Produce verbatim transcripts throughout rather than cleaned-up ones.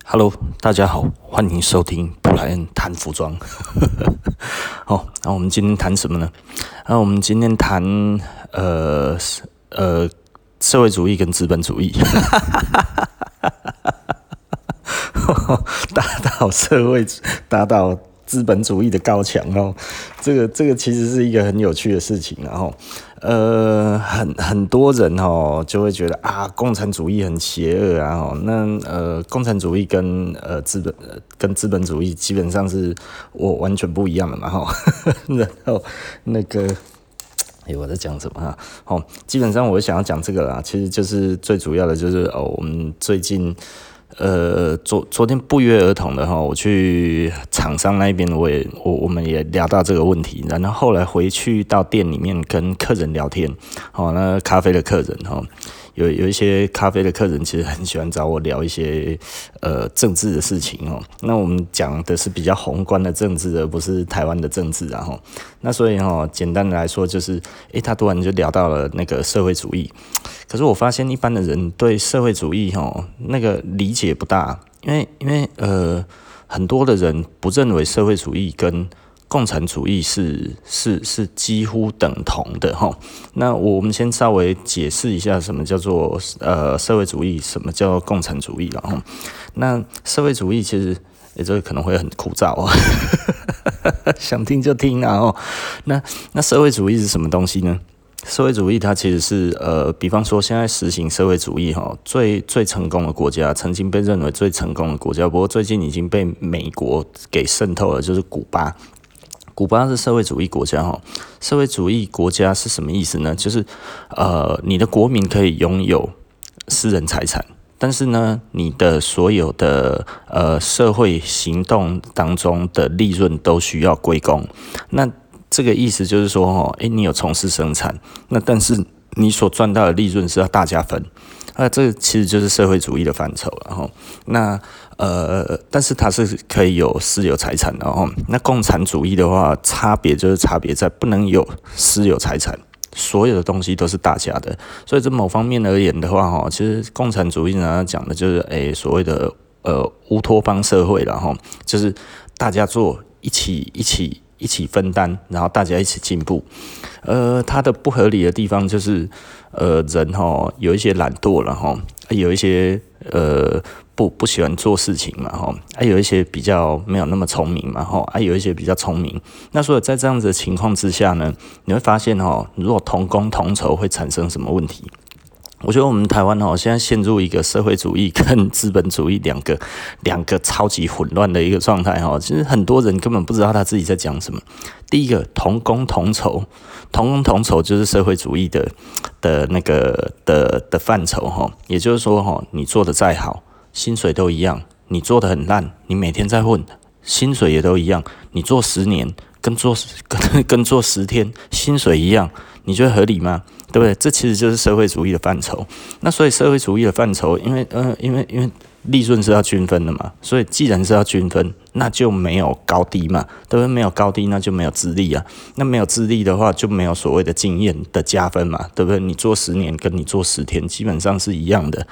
Hello，大家好，欢迎收听布莱恩谈服装。好，那我们今天谈什么呢？那我们今天谈呃呃社会主义跟资本主义，打倒社会，打倒资本主义的高墙哦。这个这个其实是一个很有趣的事情，然后呃很很多人哦就会觉得啊共产主义很邪恶啊哦，那呃共产主义跟呃资本、呃、跟资本主义基本上是我完全不一样的嘛哈，然后那个。哎，我在讲什么啊？哦，基本上我想要讲这个啦，其实就是最主要的就是哦，我们最近呃昨昨天不约而同的哈，我去厂商那边，我也我我们也聊到这个问题，然后后来回去到店里面跟客人聊天，哦，那咖啡的客人哈。有有一些咖啡的客人其实很喜欢找我聊一些呃政治的事情哦。那我们讲的是比较宏观的政治，而不是台湾的政治啊哈。那所以哈，简单的来说就是，诶，他突然就聊到了那个社会主义。可是我发现一般的人对社会主义哈那个理解不大，因为因为呃很多的人不认为社会主义跟共产主义是是是几乎等同的哈。那我们先稍微解释一下什么叫做呃社会主义，什么叫共产主义了哈。那社会主义其实，诶，这个可能会很枯燥哦，想听就听啊哦。那那社会主义是什么东西呢？社会主义它其实是呃，比方说现在实行社会主义哈，最最成功的国家，曾经被认为最成功的国家，不过最近已经被美国给渗透了，就是古巴。古巴是社会主义国家哈，社会主义国家是什么意思呢？就是呃，你的国民可以拥有私人财产，但是呢，你的所有的呃社会行动当中的利润都需要归公。那这个意思就是说，哦，诶，你有从事生产，那但是你所赚到的利润是要大家分。那这其实就是社会主义的范畴了哈。那呃，但是它是可以有私有财产的哈。那共产主义的话，差别就是差别在不能有私有财产，所有的东西都是大家的。所以在某方面而言的话哈，其实共产主义呢讲的就是诶所谓的呃乌托邦社会了哈，就是大家做一起一起。一起分担，然后大家一起进步。呃，它的不合理的地方就是，呃，人哈有一些懒惰了哈，有一些呃不不喜欢做事情嘛哈，还有一些比较没有那么聪明嘛哈，还有一些比较聪明。那所以在这样子的情况之下呢，你会发现哈，如果同工同酬会产生什么问题？我觉得我们台湾哦，现在陷入一个社会主义跟资本主义两个两个超级混乱的一个状态哈。其实很多人根本不知道他自己在讲什么。第一个同工同酬，同工同酬就是社会主义的的那个的的范畴哈。也就是说哈，你做的再好，薪水都一样；你做的很烂，你每天在混，薪水也都一样。你做十年跟做跟跟做十天，薪水一样，你觉得合理吗？对不对？这其实就是社会主义的范畴。那所以社会主义的范畴，因为呃，因为因为利润是要均分的嘛，所以既然是要均分，那就没有高低嘛，对不对？没有高低，那就没有资历啊。那没有资历的话，就没有所谓的经验的加分嘛，对不对？你做十年跟你做十天，基本上是一样的。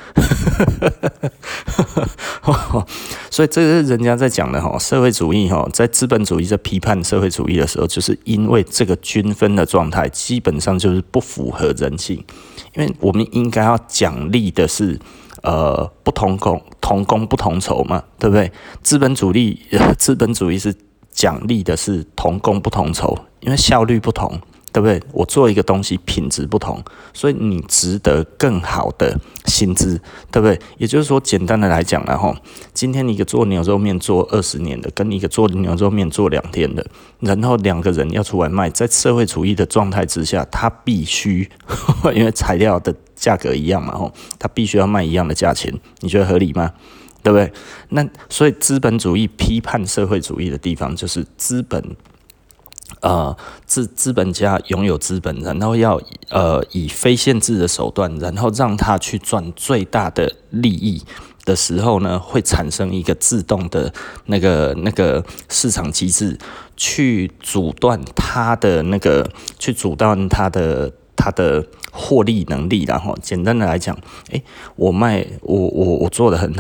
所以这是人家在讲的哈，社会主义哈，在资本主义在批判社会主义的时候，就是因为这个均分的状态，基本上就是不符合人性，因为我们应该要奖励的是。呃，不同工同工不同酬嘛，对不对？资本主义，呃、资本主义是奖励的是同工不同酬，因为效率不同，对不对？我做一个东西品质不同，所以你值得更好的薪资，对不对？也就是说，简单的来讲啦齁，今天一个做牛肉面做二十年的，跟一个做牛肉面做两天的，然后两个人要出来卖，在社会主义的状态之下，他必须因为材料的价格一样嘛，吼，他必须要卖一样的价钱，你觉得合理吗？对不对？那所以资本主义批判社会主义的地方，就是资本，呃，资资本家拥有资本，然后要呃以非限制的手段，然后让他去赚最大的利益的时候呢，会产生一个自动的那个那个市场机制，去阻断他的那个，去阻断他的。它的获利能力啦，哈，简单的来讲，诶，我卖我我我做的很好，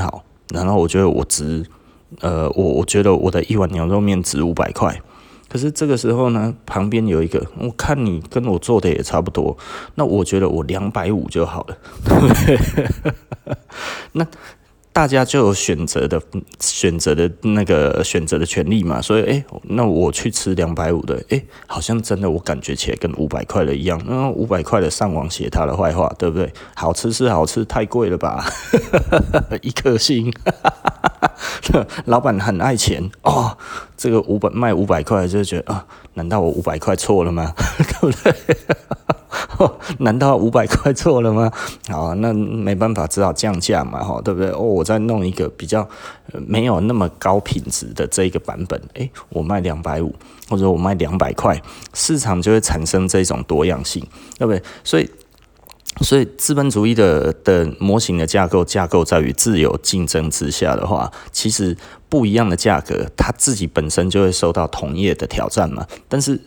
然后我觉得我值，呃，我我觉得我的一碗牛肉面值五百块。可是这个时候呢，旁边有一个，我看你跟我做的也差不多，那我觉得我两百五就好了，对不对？那大家就有选择的选择的那个选择的权利嘛，所以哎、欸，那我去吃两百五的，哎、欸，好像真的我感觉起来跟五百块的一样，那五百块的上网写他的坏话，对不对？好吃是好吃，太贵了吧，一颗星。老板很爱钱哦，这个五百卖五百块，就觉得啊，难道我五百块错了吗？对不对？难道五百块错了吗？好，那没办法，只好降价嘛，哈，对不对？哦，我再弄一个比较没有那么高品质的这一个版本，哎，我卖两百五，或者我卖两百块，市场就会产生这种多样性，对不对？所以。所以资本主义的的模型的架构架构在于自由竞争之下的话，其实不一样的价格，它自己本身就会受到同业的挑战嘛。但是，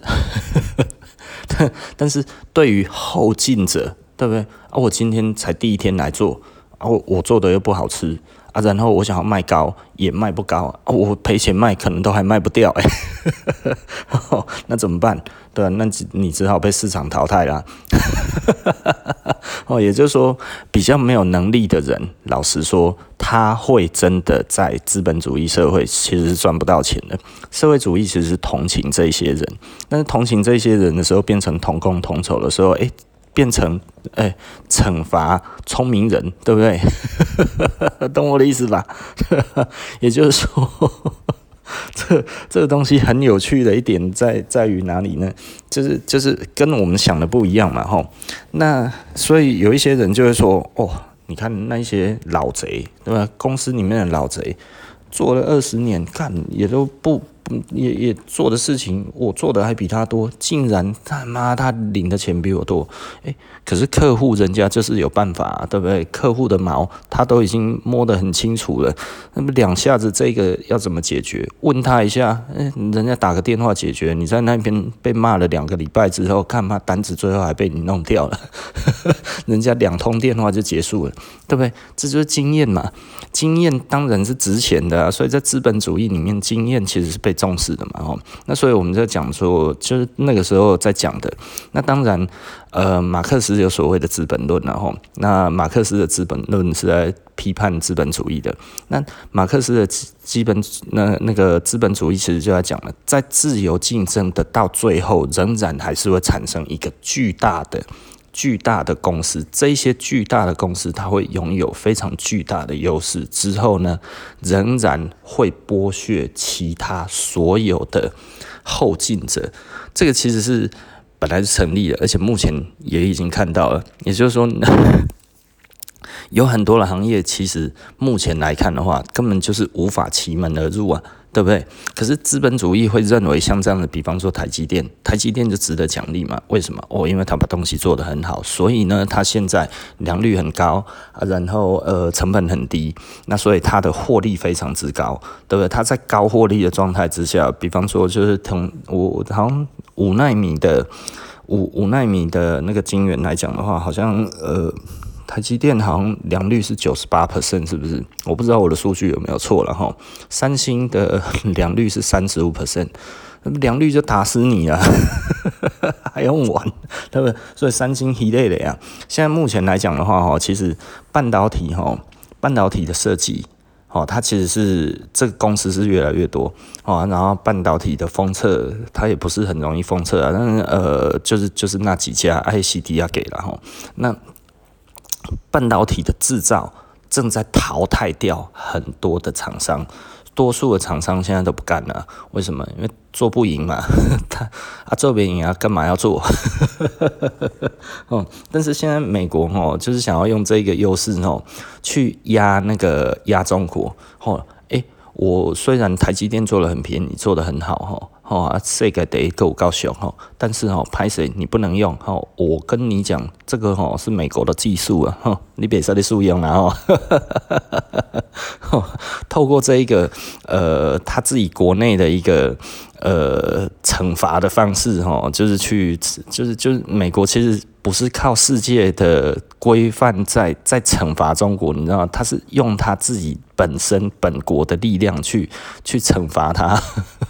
但是对于后进者，对不对？啊，我今天才第一天来做，啊，我我做的又不好吃啊，然后我想要卖高也卖不高啊，我赔钱卖可能都还卖不掉，哎、欸哦，那怎么办？对啊，那你只好被市场淘汰啦。哦，也就是说，比较没有能力的人，老实说，他会真的在资本主义社会其实是赚不到钱的。社会主义其实是同情这些人，但是同情这些人的时候，变成同工同酬的时候，哎，变成哎惩罚聪明人，对不对？懂我的意思吧？也就是说。这这个东西很有趣的一点在在于哪里呢？就是就是跟我们想的不一样嘛，吼。那所以有一些人就会说，哦，你看那些老贼，对吧？公司里面的老贼做了二十年，看也都不也也做的事情，我做的还比他多，竟然他妈他领的钱比我多，哎，可是客户人家就是有办法，对不对？客户的毛他都已经摸得很清楚了，那么两下子这个要怎么解决？问他一下，哎，人家打个电话解决，你在那边被骂了两个礼拜之后，看嘛单子最后还被你弄掉了，人家两通电话就结束了，对不对？这就是经验嘛，经验当然是值钱的啊，所以在资本主义里面，经验其实是被重视的嘛，吼。那所以我们在讲说，就是那个时候在讲的。那当然，呃，马克思有所谓的资本论，然后那马克思的资本论是在批判资本主义的。那马克思的基本那那个资本主义其实就在讲了，在自由竞争的到最后，仍然还是会产生一个巨大的。巨大的公司，这些巨大的公司，它会拥有非常巨大的优势。之后呢，仍然会剥削其他所有的后进者。这个其实是本来是成立的，而且目前也已经看到了。也就是说，有很多的行业，其实目前来看的话，根本就是无法其门而入啊。对不对？可是资本主义会认为像这样的，比方说台积电，台积电就值得奖励嘛？为什么？哦，因为他把东西做得很好，所以呢，他现在良率很高，然后呃成本很低，那所以他的获利非常之高，对不对？他在高获利的状态之下，比方说就是同我好像五奈米的五五奈米的那个晶圆来讲的话，好像呃。台积电好像良率是 百分之九十八， 是不是？我不知道我的数据有没有错了齁。三星的良率是 百分之三十五， 良率就打死你了，还用玩，对不对？所以三星一类的呀。现在目前来讲的话，其实半导体半导体的设计，它其实是这个公司是越来越多，然后半导体的封测，它也不是很容易封测啊，但是呃，就是就是那几家 I C D 要给了齁，那。半导体的制造正在淘汰掉很多的厂商，多数的厂商现在都不干了。为什么？因为做不赢嘛，他啊做不赢啊，干嘛要做？哦，但是现在美国哦，就是想要用这个优势哦，去压那个压中国。哦，诶，我虽然台积电做得很便宜，做得很好哈。哦啊，世界第一个有够凶吼，但是吼拍谁你不能用吼，我跟你讲，这个吼是美国的技术啊，吼你别使你使用啦吼，透过这一个呃他自己国内的一个呃惩罚的方式吼，就是去就是就是美国其实不是靠世界的规范在在惩罚中国，你知道吗？他是用他自己本身本国的力量去去惩罚他。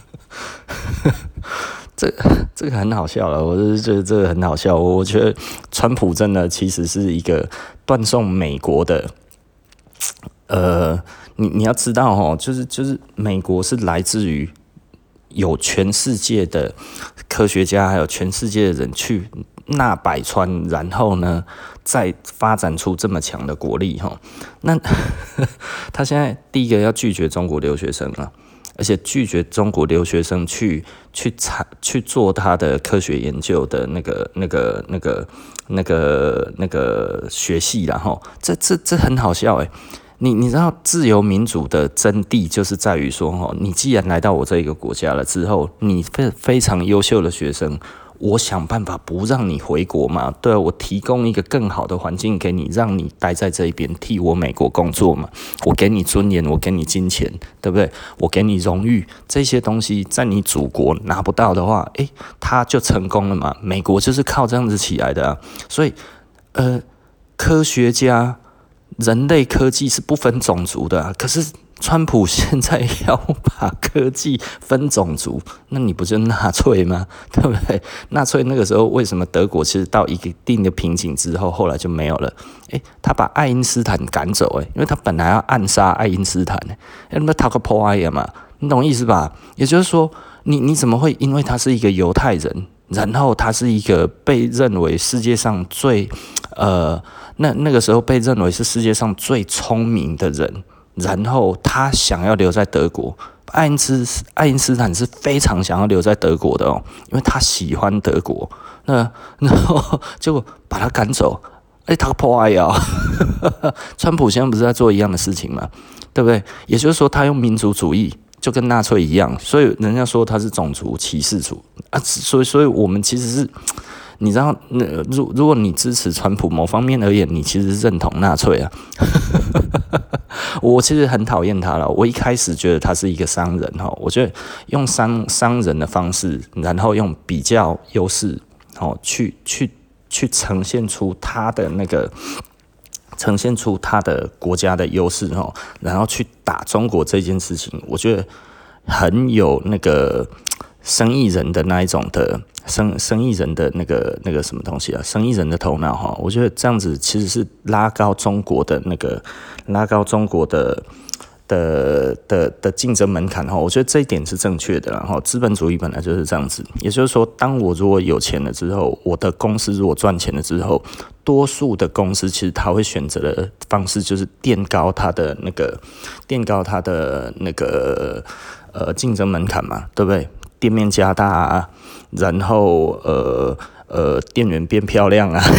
这这个很好笑了，我是觉得这个很好笑。我觉得川普真的其实是一个断送美国的，呃，你你要知道哦，就是就是美国是来自于有全世界的科学家，还有全世界的人去纳百川，然后呢，再发展出这么强的国力哈。那他现在第一个要拒绝中国留学生啊。而且拒绝中国留学生去去采去做他的科学研究的那个那个那个那个那个学系啦吼，这这这很好笑诶、欸。你你知道自由民主的真谛就是在于说吼，你既然来到我这个国家了之后，你非非常优秀的学生。我想办法不让你回国嘛，对啊，我提供一个更好的环境给你，让你待在这一边替我美国工作嘛。我给你尊严，我给你金钱，对不对？我给你荣誉，这些东西在你祖国拿不到的话，诶，他就成功了嘛。美国就是靠这样子起来的啊。所以，呃，科学家、人类科技是不分种族的啊。可是川普现在要把科技分种族，那你不就纳粹吗？对不对？纳粹那个时候为什么德国其实到一定的瓶颈之后，后来就没有了？诶，他把爱因斯坦赶走，诶，因为他本来要暗杀爱因斯坦，诶，那他个破坏嘛，你懂意思吧？也就是说，你你怎么会因为他是一个犹太人，然后他是一个被认为世界上最呃那那个时候被认为是世界上最聪明的人？然后他想要留在德国，爱因斯爱因斯坦是非常想要留在德国的哦，因为他喜欢德国。那然后结果把他赶走，哎，他破坏啊！川普现在不是在做一样的事情吗？对不对？也就是说，他用民族主义就跟纳粹一样，所以人家说他是种族歧视主啊。所以，所以我们其实是。你知道，那如如果你支持川普，某方面而言，你其实是认同纳粹啊。我其实很讨厌他了。我一开始觉得他是一个商人哈，我觉得用商商人的方式，然后用比较优势哦，去去去呈现出他的那个，呈现出他的国家的优势哈，然后去打中国这件事情，我觉得很有那个。生意人的那一种的生生意人的那个那个什么东西啊？生意人的头脑哈，我觉得这样子其实是拉高中国的那个拉高中国的的的的竞争门槛哈。我觉得这一点是正确的啦哈。资本主义本来就是这样子，也就是说，当我如果有钱了之后，我的公司如果赚钱了之后，多数的公司其实他会选择的方式就是垫高它的那个垫高它的那个呃竞争门槛嘛，对不对？店面加大啊，然后呃呃，店员变漂亮啊，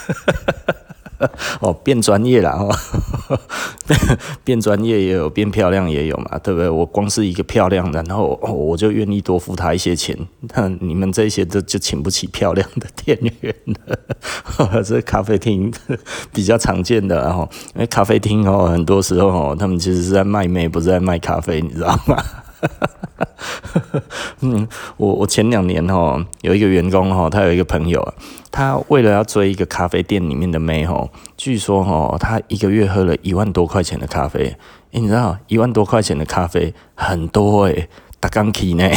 哦，变专业啦，哦，变专业也有，变漂亮也有嘛，对不对？我光是一个漂亮，然后、哦、我就愿意多付他一些钱，那你们这些就就请不起漂亮的店员了。这是咖啡厅比较常见的，然后因为咖啡厅哦，很多时候哦，他们其实是在卖妹，不是在卖咖啡，你知道吗？嗯，我我前两年哦，有一个员工哦，他有一个朋友，他为了要追一个咖啡店里面的妹哦，据说哦，他一个月喝了一万多块钱的咖啡，欸、你知道一万多块钱的咖啡很多诶、欸，大钢起呢。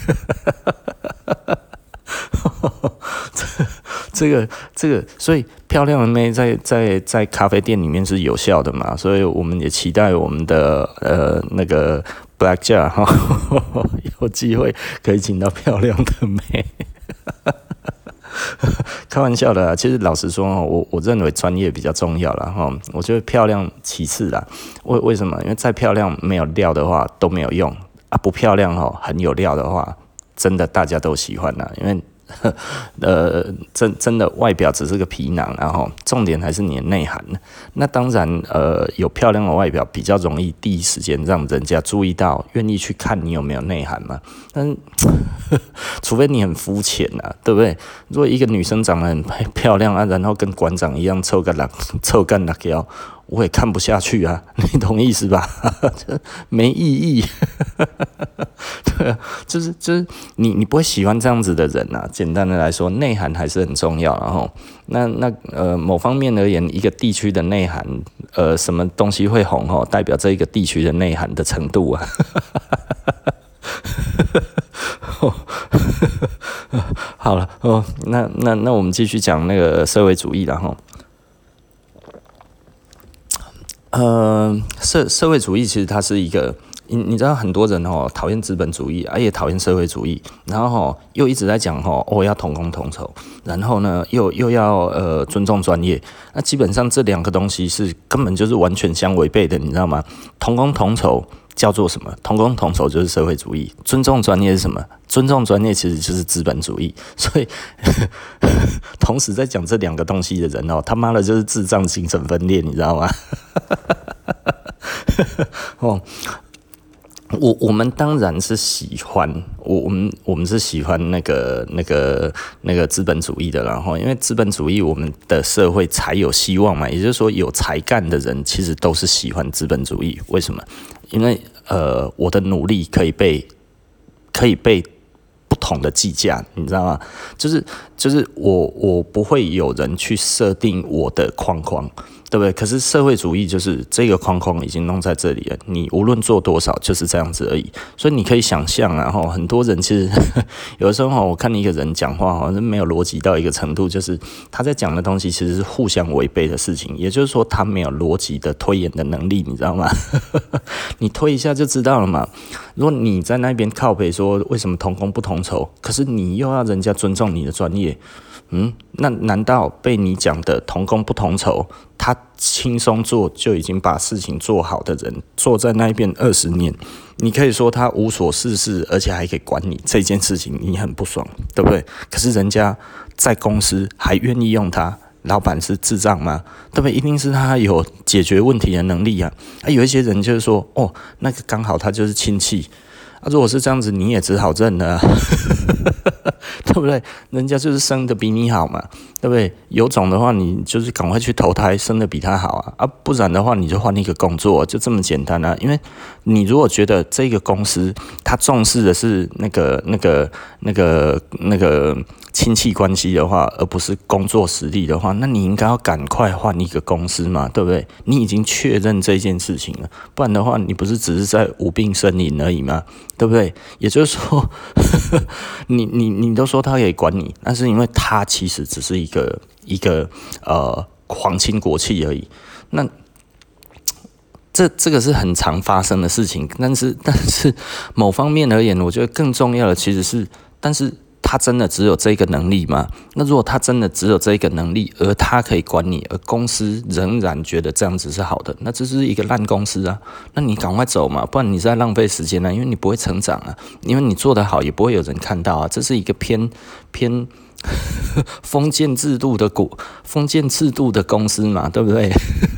这个这个，所以漂亮的妹在在在咖啡店里面是有效的嘛，所以我们也期待我们的呃那个 Blackjack 哈，有机会可以请到漂亮的妹。开玩笑的啦，其实老实说我我认为专业比较重要啦哈，我觉得漂亮其次啦。为为什么？因为再漂亮没有料的话都没有用啊，不漂亮哦很有料的话，真的大家都喜欢啦，因为。呃，真真的外表只是个皮囊，然后重点还是你的内涵。那当然，呃，有漂亮的外表比较容易第一时间让人家注意到，愿意去看你有没有内涵嘛。但是，除非你很肤浅啊，对不对？如果一个女生长得很漂亮啊，然后跟馆长一样臭干辣臭干辣椒，我也看不下去啊，你懂意思吧？没意义。 就是就是你你不会喜欢这样子的人啊。简单的来说，内涵还是很重要。然后那那呃某方面而言，一个地区的内涵，呃什么东西会红哦，代表这一个地区的内涵的程度啊。好了哦，那那那我们继续讲那个社会主义，然后。呃，社社会主义其实它是一个，你你知道很多人哦讨厌资本主义，啊也讨厌社会主义，然后哦又一直在讲哦哦要同工同酬，然后呢又又要呃尊重专业，那基本上这两个东西是根本就是完全相违背的，你知道吗？同工同酬叫做什么？同工同酬就是社会主义，尊重专业是什么？尊重专业其实就是资本主义。所以同时在讲这两个东西的人哦，他妈的就是智障精神分裂，你知道吗？哦，我我们当然是喜欢，我我们我们是喜欢那个那个那个资本主义的，然后因为资本主义，我们的社会才有希望嘛。也就是说，有才干的人其实都是喜欢资本主义。为什么？因为呃，我的努力可以被可以被不同的计价，你知道吗？就是就是我我不会有人去设定我的框框。对不对？可是社会主义就是这个框框已经弄在这里了，你无论做多少就是这样子而已。所以你可以想象啊，吼，很多人其实有的时候我看一个人讲话好像没有逻辑到一个程度，就是他在讲的东西其实是互相违背的事情，也就是说他没有逻辑的推演的能力，你知道吗？你推一下就知道了嘛。如果你在那边靠北说为什么同工不同酬，可是你又要人家尊重你的专业。嗯，那难道被你讲的同工不同酬，他轻松做就已经把事情做好的人，坐在那边二十年，你可以说他无所事事，而且还可以管你这件事情，你很不爽，对不对？可是人家在公司还愿意用他，老板是智障吗？对不对？一定是他有解决问题的能力啊。啊，有一些人就是说，哦，那个刚好他就是亲戚。啊，如果是这样子，你也只好认了啊，对不对？人家就是生的比你好嘛，对不对？有种的话，你就是赶快去投胎，生的比他好啊！啊，不然的话，你就换一个工作，就这么简单啊！因为你如果觉得这个公司他重视的是那个、那个、那个、那个亲戚关系的话，而不是工作实力的话，那你应该要赶快换一个公司嘛，对不对？你已经确认这件事情了，不然的话，你不是只是在无病呻吟而已吗？对不对？也就是说，你你你都说他可以管你，那是因为他其实只是一个一个呃皇亲国戚而已。那这这个是很常发生的事情，但是但是某方面而言，我觉得更重要的其实是，但是他真的只有这个能力吗？那如果他真的只有这个能力，而他可以管你，而公司仍然觉得这样子是好的，那这是一个烂公司啊！那你赶快走嘛，不然你在浪费时间啊，因为你不会成长啊，因为你做得好也不会有人看到啊，这是一个偏偏封建制度的股，封建制度的公司嘛，对不对？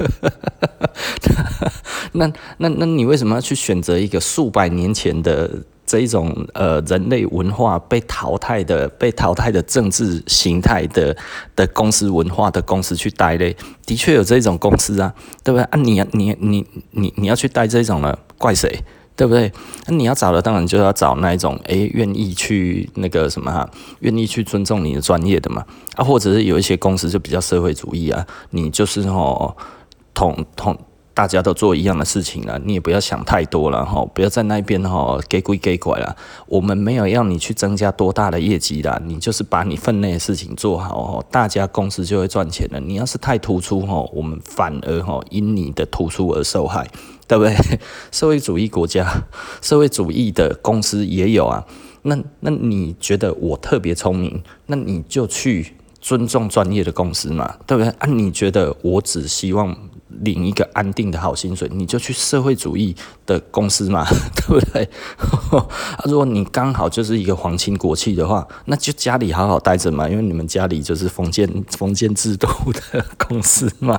那那那你为什么要去选择一个数百年前的？这一种呃人类文化被淘汰的、被淘汰的政治形态的的公司文化的公司去待嘞，的确有这种公司啊，对不对啊？你你你你你要去待这种了，怪谁？对不对？那你要找的当然就要找那一种诶愿意去那个什么哈、啊，愿意去尊重你的专业的嘛啊，或者是有一些公司就比较社会主义啊，你就是吼同同。大家都做一样的事情了，你也不要想太多了哈，不要在那边哈给鬼给拐了。我们没有要你去增加多大的业绩啦，你就是把你分内的事情做好哈，大家公司就会赚钱了。你要是太突出哈，我们反而哈因你的突出而受害，对不对？社会主义国家、社会主义的公司也有啊。那那你觉得我特别聪明，那你就去尊重专业的公司嘛，对不对？啊，你觉得我只希望领一个安定的好薪水，你就去社会主义的公司嘛，对不对？啊，如果你刚好就是一个皇亲国戚的话，那就家里好好待着嘛，因为你们家里就是封建封建制度的公司嘛。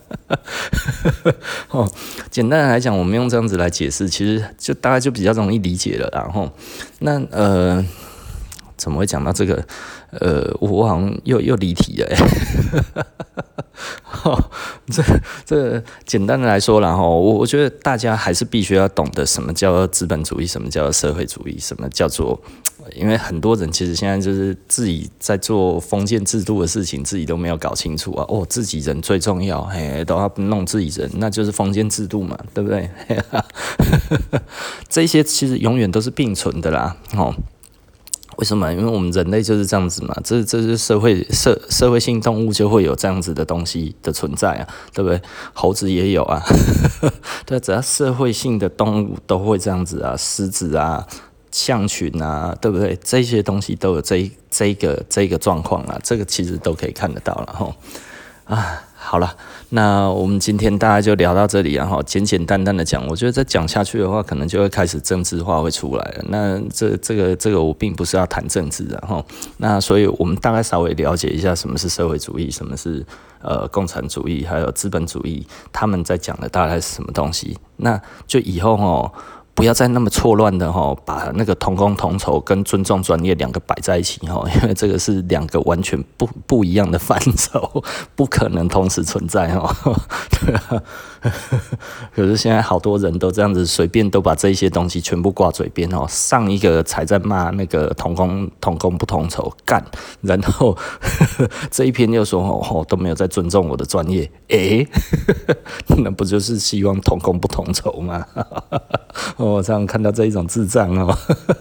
哦，简单的来讲，我们用这样子来解释，其实就大概就比较容易理解了。然后，那呃。 怎么会讲到这个？呃，我好像又又离题了、欸。哦，这这简单的来说啦，哈，我我觉得大家还是必须要懂得什么叫资本主义，什么叫社会主义，什么叫做，因为很多人其实现在就是自己在做封建制度的事情，自己都没有搞清楚啊。哦，自己人最重要，嘿，都要弄自己人，那就是封建制度嘛，对不对？这些其实永远都是并存的啦，哦。为什么？因为我们人类就是这样子嘛，这这是社会社社会性动物就会有这样子的东西的存在啊，对不对？猴子也有啊，对，只要社会性的动物都会这样子啊，狮子啊、象群啊，对不对？这些东西都有这一这一个这一个状况啊，这个其实都可以看得到了哈。啊，好了，那我们今天大家就聊到这里，然后简简单单的讲，我觉得再讲下去的话，可能就会开始政治化会出来了。那这这个这个我并不是要谈政治的哈，那所以我们大概稍微了解一下什么是社会主义，什么是呃共产主义，还有资本主义，他们在讲的大概是什么东西？那就以后哦。不要再那么错乱的哈，把那个同工同酬跟尊重专业两个摆在一起哈，因为这个是两个完全不不一样的范畴，不可能同时存在哈。对啊，可是现在好多人都这样子，随便都把这些东西全部挂嘴边哦。上一个才在骂那个同工同工不同酬干，然后这一篇又说哦都没有在尊重我的专业，诶、欸，那不就是希望同工不同酬吗？我常常看到这一种智障哦，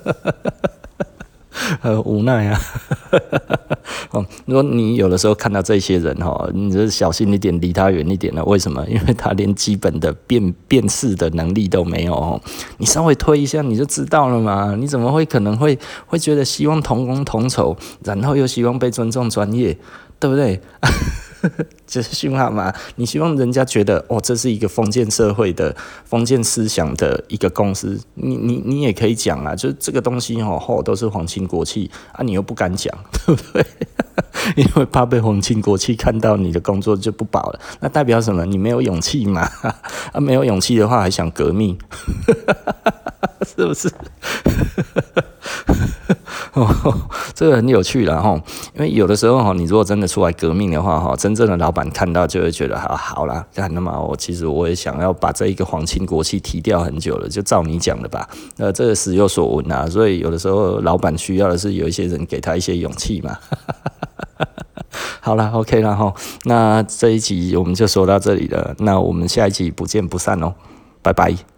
很无奈啊。哦，如果你有的时候看到这些人哈，你就小心一点，离他远一点了。为什么？因为他连基本的辨辨识的能力都没有哦。你稍微推一下你就知道了嘛。你怎么会可能会会觉得希望同工同酬，然后又希望被尊重专业，对不对？就是讯号嘛，你希望人家觉得哦，这是一个封建社会的封建思想的一个公司，你你你也可以讲啊，就是这个东西哦，哦都是皇亲国戚啊，你又不敢讲，对不对？因为怕被皇亲国戚看到你的工作就不保了，那代表什么？你没有勇气嘛？啊，没有勇气的话还想革命，是不是？哦，这个很有趣啦齁，因为有的时候齁，你如果真的出来革命的话齁，真正的老板看到就会觉得好好啦，干那么我其实我也想要把这一个皇亲国戚提掉很久了，就照你讲的吧，呃，这个时有所闻啊，所以有的时候老板需要的是有一些人给他一些勇气嘛。好啦 OK 啦齁，那这一集我们就说到这里了，那我们下一集不见不散哦，拜拜。